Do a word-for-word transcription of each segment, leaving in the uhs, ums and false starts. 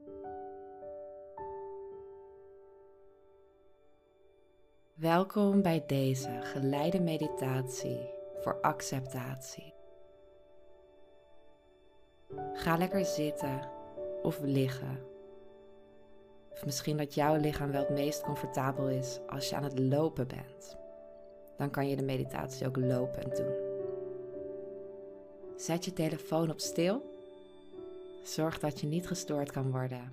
Welkom bij deze geleide meditatie voor acceptatie. Ga lekker zitten of liggen. Of misschien dat jouw lichaam wel het meest comfortabel is als je aan het lopen bent. Dan kan je de meditatie ook lopend doen. Zet je telefoon op stil. Zorg dat je niet gestoord kan worden.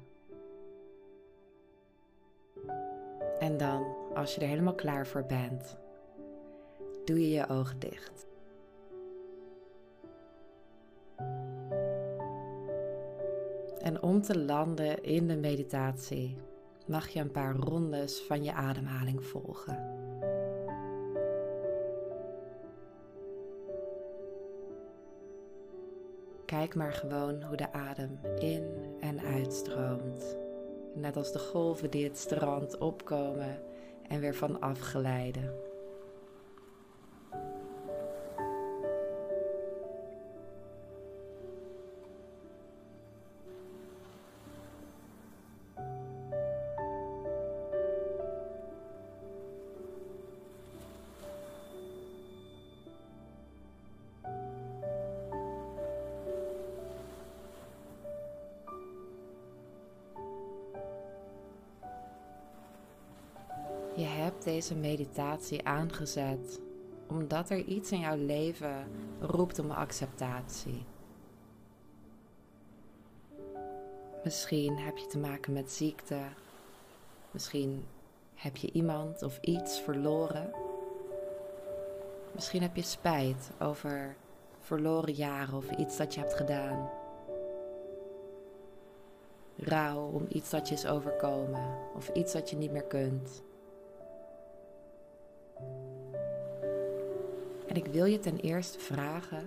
En dan, als je er helemaal klaar voor bent, doe je je ogen dicht. En om te landen in de meditatie mag je een paar rondes van je ademhaling volgen. Kijk maar gewoon hoe de adem in en uitstroomt. Net als de golven die het strand opkomen en weer van afglijden. Je hebt deze meditatie aangezet omdat er iets in jouw leven roept om acceptatie. Misschien heb je te maken met ziekte. Misschien heb je iemand of iets verloren. Misschien heb je spijt over verloren jaren of iets dat je hebt gedaan. Rouw om iets dat je is overkomen of iets dat je niet meer kunt. En ik wil je ten eerste vragen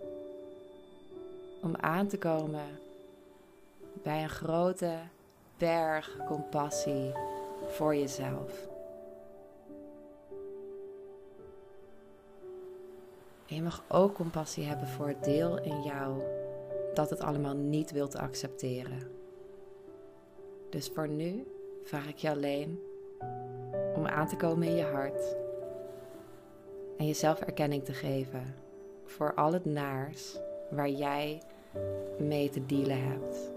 om aan te komen bij een grote berg compassie voor jezelf. En je mag ook compassie hebben voor het deel in jou dat het allemaal niet wilt accepteren. Dus voor nu vraag ik je alleen om aan te komen in je hart en jezelf erkenning te geven voor al het naars waar jij mee te dealen hebt.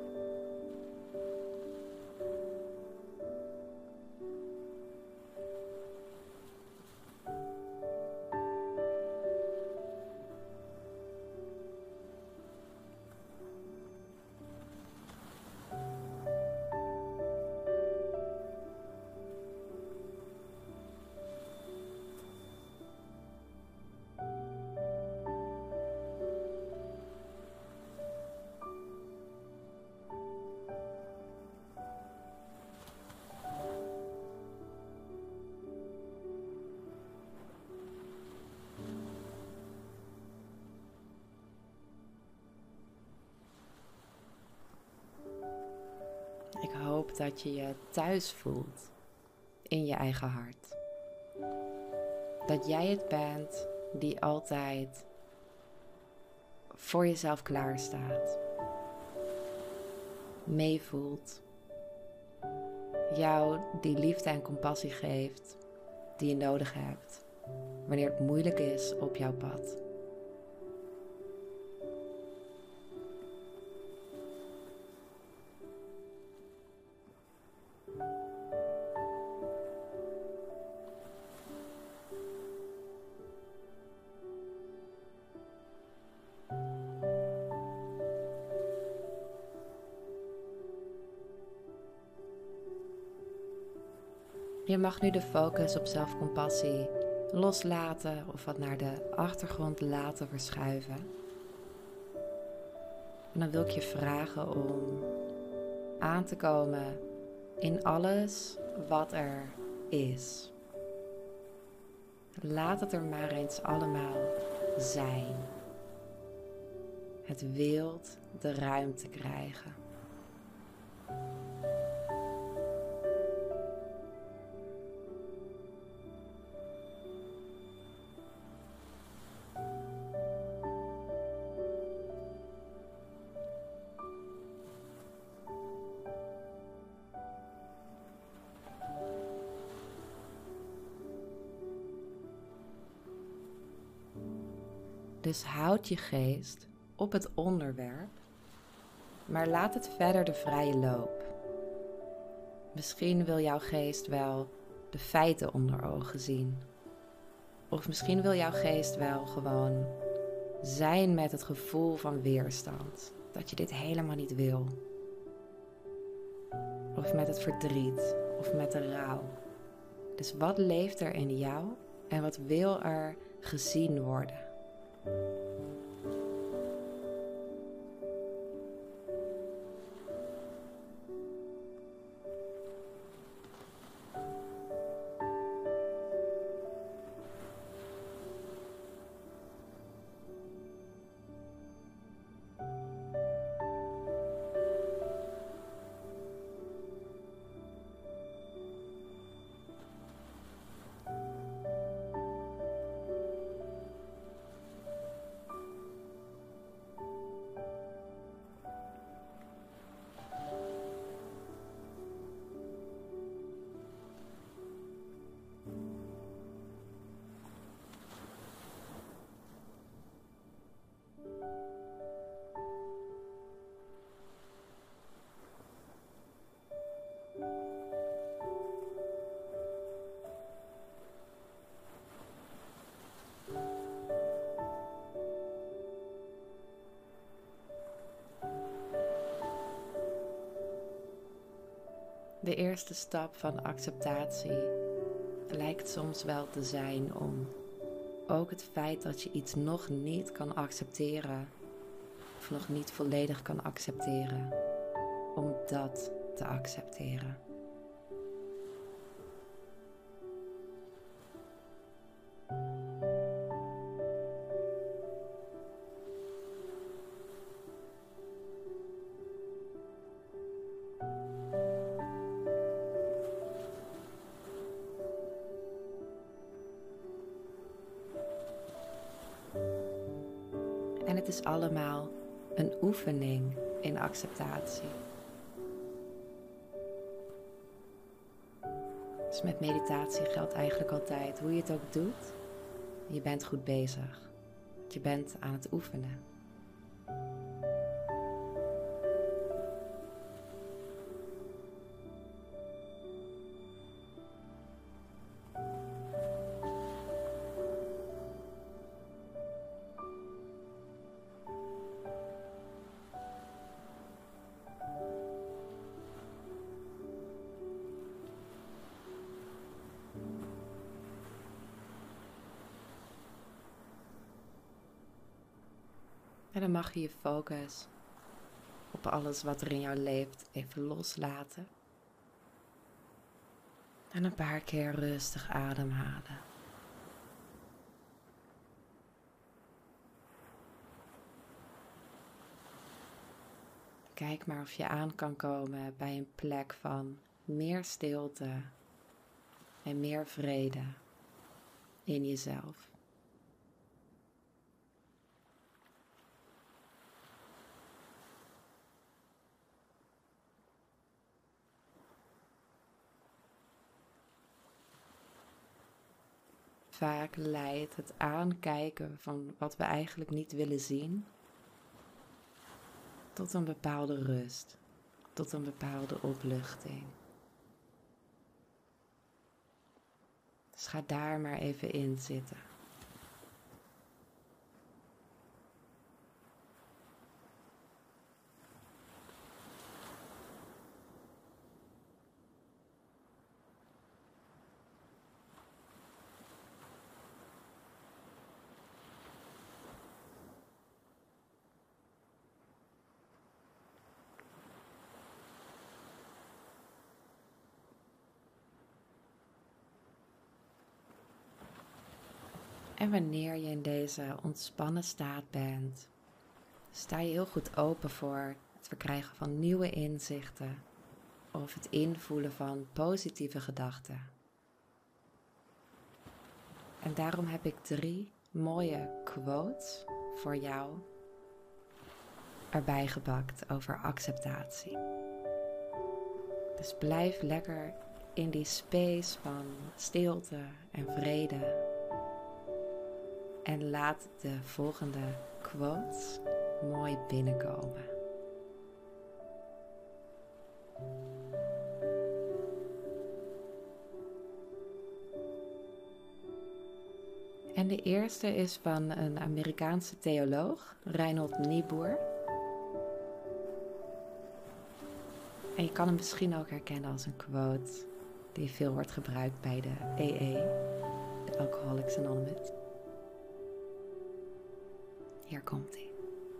Ik hoop dat je je thuis voelt in je eigen hart. Dat jij het bent die altijd voor jezelf klaarstaat. Meevoelt. Jou die liefde en compassie geeft die je nodig hebt wanneer het moeilijk is op jouw pad. Je mag nu de focus op zelfcompassie loslaten of wat naar de achtergrond laten verschuiven. En dan wil ik je vragen om aan te komen in alles wat er is. Laat het er maar eens allemaal zijn. Het wilt de ruimte krijgen. Dus houd je geest op het onderwerp, maar laat het verder de vrije loop. Misschien wil jouw geest wel de feiten onder ogen zien. Of misschien wil jouw geest wel gewoon zijn met het gevoel van weerstand. Dat je dit helemaal niet wil. Of met het verdriet. Of met de rouw. Dus wat leeft er in jou en wat wil er gezien worden? De eerste stap van acceptatie lijkt soms wel te zijn om ook het feit dat je iets nog niet kan accepteren, of nog niet volledig kan accepteren, om dat te accepteren. En het is allemaal een oefening in acceptatie. Dus met meditatie geldt eigenlijk altijd, hoe je het ook doet, je bent goed bezig. Je bent aan het oefenen. En dan mag je je focus op alles wat er in jou leeft even loslaten. En een paar keer rustig ademhalen. Kijk maar of je aan kan komen bij een plek van meer stilte en meer vrede in jezelf. Vaak leidt het aankijken van wat we eigenlijk niet willen zien tot een bepaalde rust, tot een bepaalde opluchting. Dus ga daar maar even in zitten. En wanneer je in deze ontspannen staat bent, sta je heel goed open voor het verkrijgen van nieuwe inzichten of het invoelen van positieve gedachten. En daarom heb ik drie mooie quotes voor jou erbij gepakt over acceptatie. Dus blijf lekker in die space van stilte en vrede. En laat de volgende quotes mooi binnenkomen. En de eerste is van een Amerikaanse theoloog, Reinhold Niebuhr. En je kan hem misschien ook herkennen als een quote die veel wordt gebruikt bij de A A, de Alcoholics Anonymous. Hier komt hij.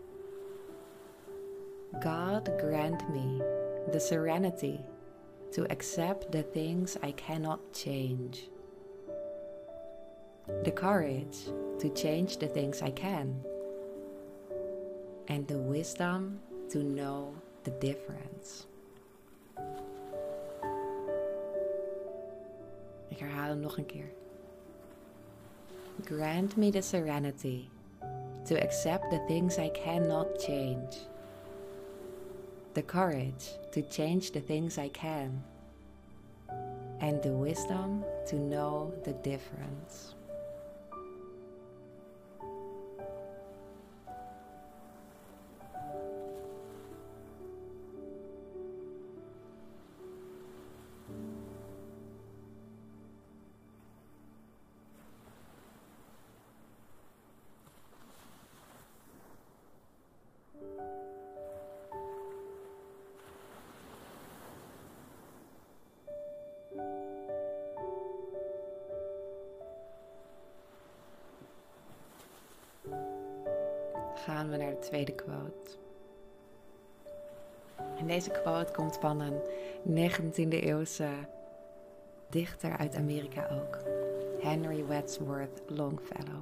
God grant me the serenity to accept the things I cannot change. The courage to change the things I can. And the wisdom to know the difference. Ik herhaal hem nog een keer. Grant me the serenity to accept the things I cannot change. The courage to change the things I can. And the wisdom to know the difference. Gaan we naar de tweede quote. En deze quote komt van een negentiende eeuwse dichter uit Amerika ook. Henry Wadsworth Longfellow.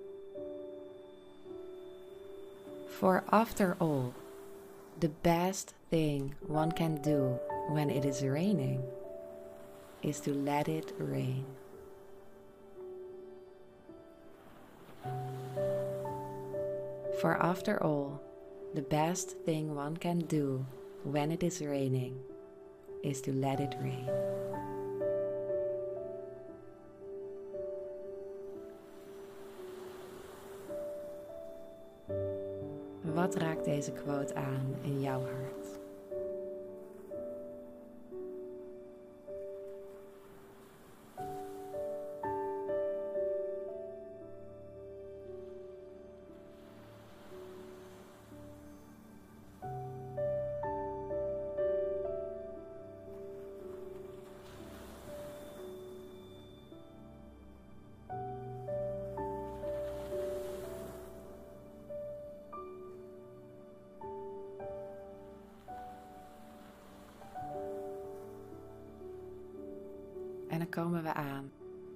For after all, the best thing one can do when it is raining is to let it rain. For after all, the best thing one can do when it is raining is to let it rain. Wat raakt deze quote aan in jouw hart? En dan komen we aan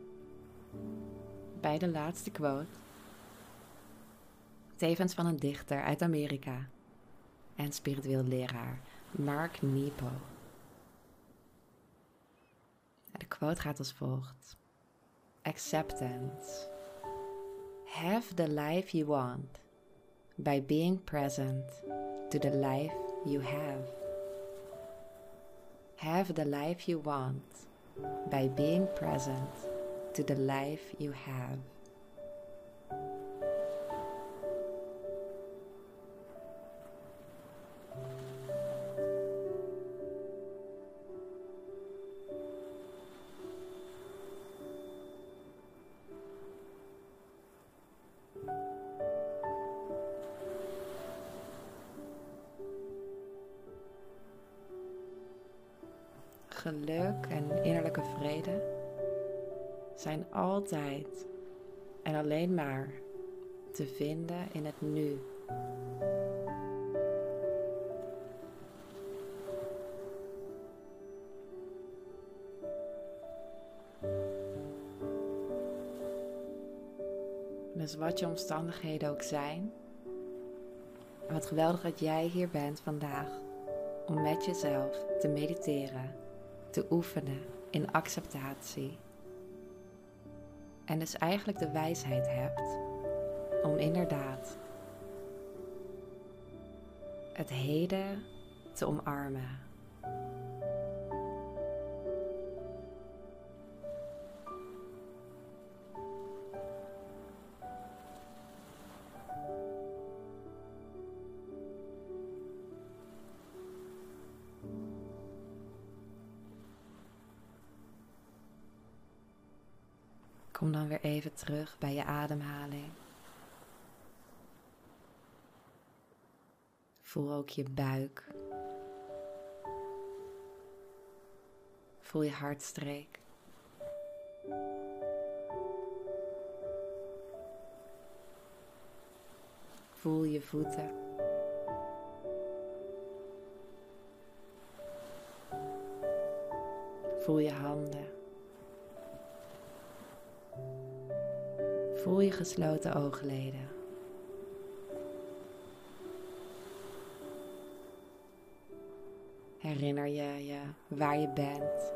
bij de laatste quote, tevens van een dichter uit Amerika en spiritueel leraar Mark Nepo. De quote gaat als volgt: Acceptance. Have the life you want by being present to the life you have. Have the life you want by being present to the life you have. Geluk en innerlijke vrede zijn altijd en alleen maar te vinden in het nu. Dus wat je omstandigheden ook zijn, wat geweldig dat jij hier bent vandaag om met jezelf te mediteren, te oefenen in acceptatie. En dus eigenlijk de wijsheid hebt om inderdaad het heden te omarmen. Kom dan weer even terug bij je ademhaling. Voel ook je buik. Voel je hartstreek. Voel je voeten. Voel je handen. Voel je gesloten oogleden. Herinner je je waar je bent.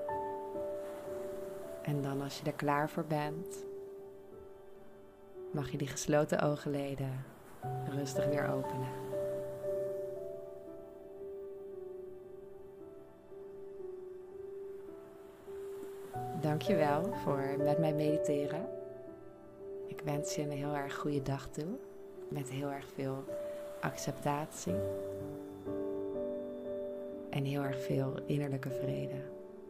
En dan als je er klaar voor bent, mag je die gesloten oogleden rustig weer openen. Dankjewel voor met mij mediteren. Ik wens je een heel erg goede dag toe. Met heel erg veel acceptatie. En heel erg veel innerlijke vrede.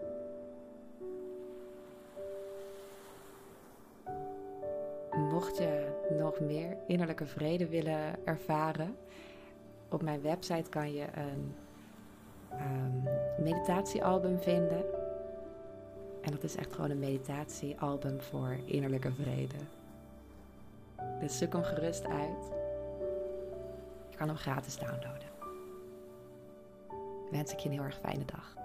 Mocht je nog meer innerlijke vrede willen ervaren, op mijn website kan je een um, meditatiealbum vinden. En dat is echt gewoon een meditatiealbum voor innerlijke vrede. Dus zoek hem gerust uit. Je kan hem gratis downloaden. Wens ik je een heel erg fijne dag.